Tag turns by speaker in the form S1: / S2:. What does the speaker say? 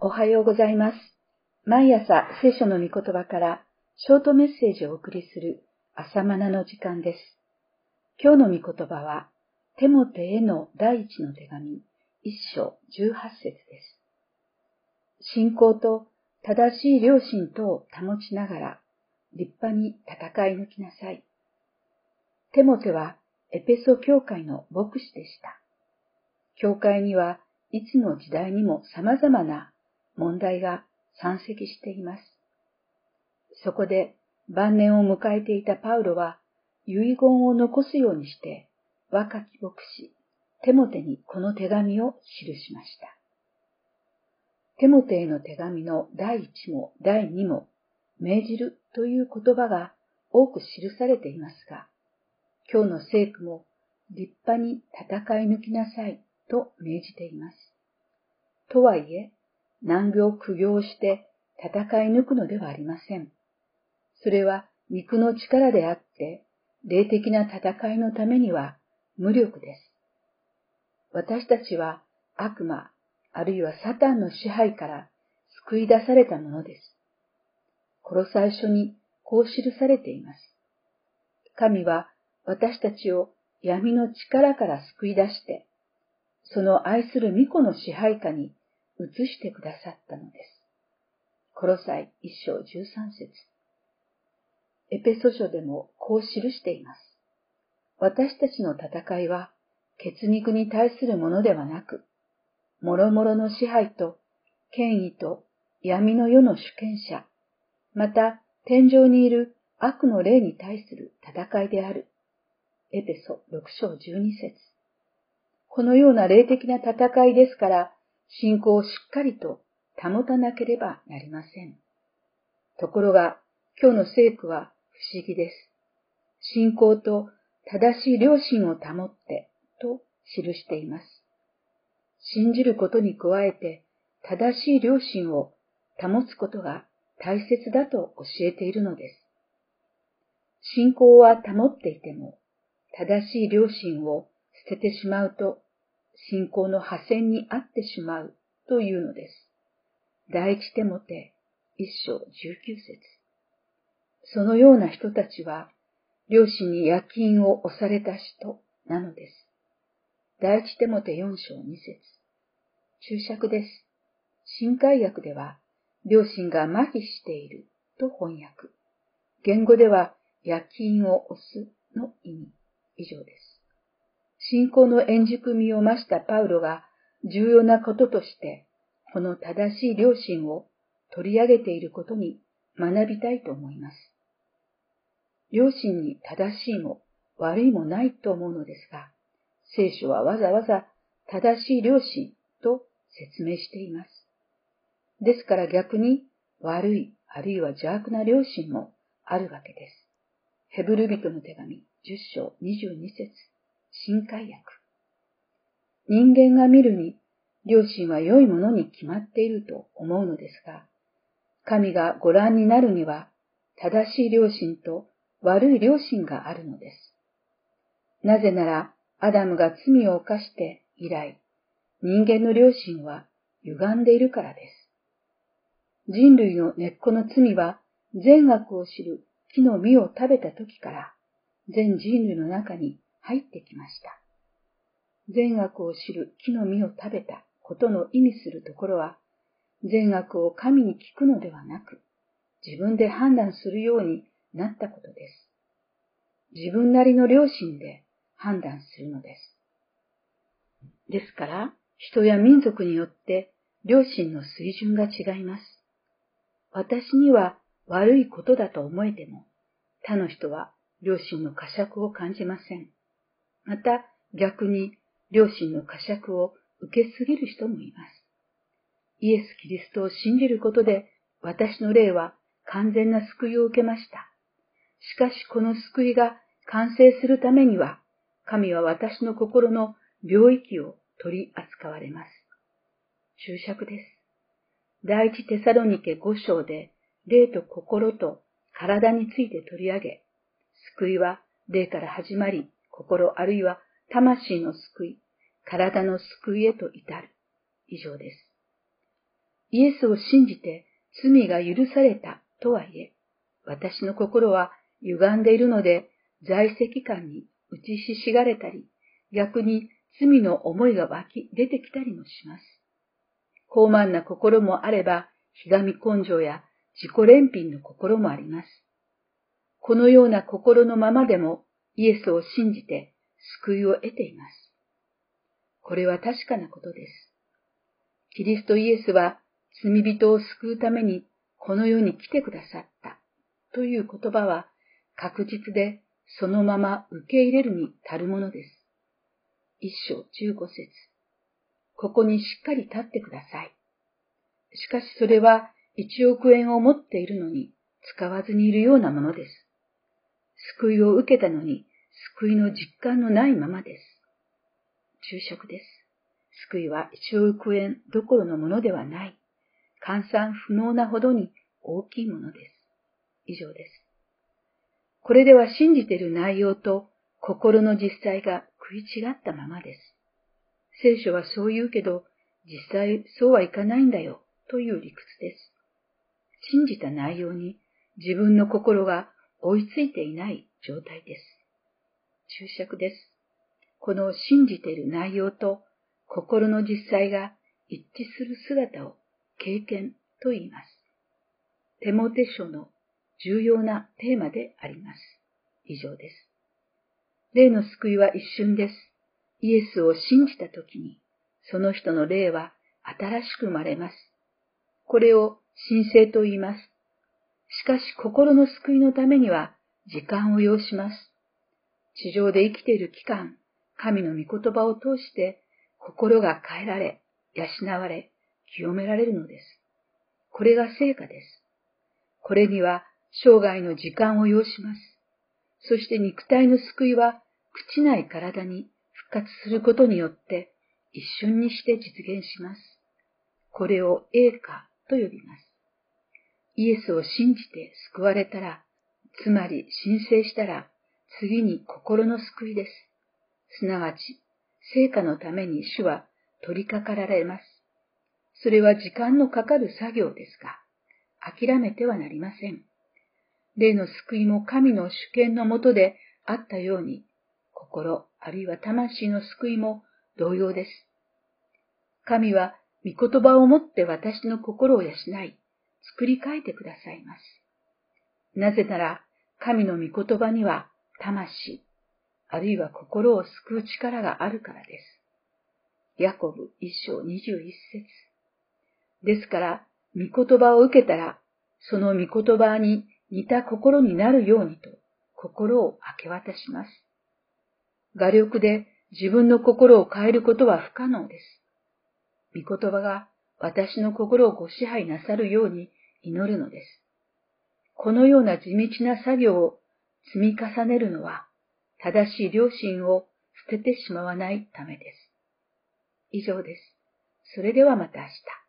S1: おはようございます。毎朝聖書の御言葉からショートメッセージをお送りする朝マナの時間です。今日の御言葉はテモテへの第一の手紙1章18節です。信仰と正しい良心とを保ちながら立派に戦い抜きなさい。テモテはエペソ教会の牧師でした。教会にはいつの時代にも様々な問題が山積しています。そこで晩年を迎えていたパウロは遺言を残すようにして若き牧師テモテにこの手紙を記しました。テモテへの手紙の第1も第2も命じるという言葉が多く記されていますが、今日の聖句も立派に戦い抜きなさいと命じています。とはいえ、難行苦行をして戦い抜くのではありません。それは肉の力であって、霊的な戦いのためには無力です。私たちは悪魔、あるいはサタンの支配から救い出されたものです。コロサイ書にこう記されています。神は私たちを闇の力から救い出して、その愛する御子の支配下に移してくださったのです。コロサイ1章13節。エペソ書でもこう記しています。私たちの戦いは血肉に対するものではなく、諸々の支配と権威と闇の世の主権者、また天上にいる悪の霊に対する戦いである。エペソ6章12節。このような霊的な戦いですから、信仰をしっかりと保たなければなりません。ところが、今日の聖句は不思議です。信仰と正しい良心を保ってと記しています。信じることに加えて、正しい良心を保つことが大切だと教えているのです。信仰は保っていても、正しい良心を捨ててしまうと、信仰の破線にあってしまうというのです。第一テモテ1章19節。そのような人たちは、良心に焼き印を押された人なのです。第一テモテ4章2節。注釈です。新海訳では、良心が麻痺していると翻訳。言語では、焼き印を押すの意味。以上です。信仰の円熟味を増したパウロが重要なこととして、この正しい良心を取り上げていることに学びたいと思います。良心に正しいも悪いもないと思うのですが、聖書はわざわざ正しい良心と説明しています。ですから逆に悪いあるいは邪悪な良心もあるわけです。ヘブル人の手紙10章22節。新海訳。人間が見るに、良心は良いものに決まっていると思うのですが、神がご覧になるには、正しい良心と悪い良心があるのです。なぜなら、アダムが罪を犯して以来、人間の良心は歪んでいるからです。人類の根っこの罪は、善悪を知る木の実を食べた時から、全人類の中に入ってきました。善悪を知る木の実を食べたことの意味するところは、善悪を神に聞くのではなく、自分で判断するようになったことです。自分なりの良心で判断するのです。ですから、人や民族によって良心の水準が違います。私には悪いことだと思えても、他の人は良心の呵責を感じません。また逆に良心の呵責を受けすぎる人もいます。イエス・キリストを信じることで私の霊は完全な救いを受けました。しかしこの救いが完成するためには、神は私の心の領域を取り扱われます。注釈です。第一テサロニケ5章で霊と心と体について取り上げ、救いは霊から始まり、心あるいは魂の救い、体の救いへと至る。以上です。 イエスを信じて罪が許されたとはいえ、私の心は歪んでいるので、在籍感に打ちひしがれたり、逆に罪の思いが湧き出てきたりもします。高慢な心もあれば、ひがみ根性や自己憐憫の心もあります。このような心のままでもイエスを信じて救いを得ています。これは確かなことです。キリストイエスは罪人を救うためにこの世に来てくださったという言葉は確実でそのまま受け入れるに足るものです。一章15節。ここにしっかり立ってください。しかしそれは1億円を持っているのに使わずにいるようなものです。救いを受けたのに救いの実感のないままです。注釈です。救いは1億円どころのものではない。換算不能なほどに大きいものです。以上です。これでは信じている内容と心の実際が食い違ったままです。聖書はそう言うけど、実際そうはいかないんだよという理屈です。信じた内容に自分の心が追いついていない状態です。注釈です。この信じている内容と心の実際が一致する姿を経験と言います。テモテ書の重要なテーマであります。以上です。霊の救いは一瞬です。イエスを信じたときに、その人の霊は新しく生まれます。これを神聖と言います。しかし心の救いのためには時間を要します。地上で生きている期間、神の御言葉を通して心が変えられ、養われ、清められるのです。これが成果です。これには生涯の時間を要します。そして肉体の救いは朽ちない体に復活することによって一瞬にして実現します。これを栄華と呼びます。イエスを信じて救われたら、つまり申請したら、次に心の救いです。すなわち、成果のために主は取り掛かられます。それは時間のかかる作業ですが、諦めてはなりません。霊の救いも神の主権のもとであったように、心あるいは魂の救いも同様です。神は御言葉をもって私の心を養い、作り変えてくださいます。なぜなら、神の御言葉には魂、あるいは心を救う力があるからです。ヤコブ1章21節。ですから、御言葉を受けたら、その御言葉に似た心になるようにと、心を明け渡します。我力で自分の心を変えることは不可能です。御言葉が私の心をご支配なさるように祈るのです。このような地道な作業を積み重ねるのは、正しい良心を捨ててしまわないためです。以上です。それではまた明日。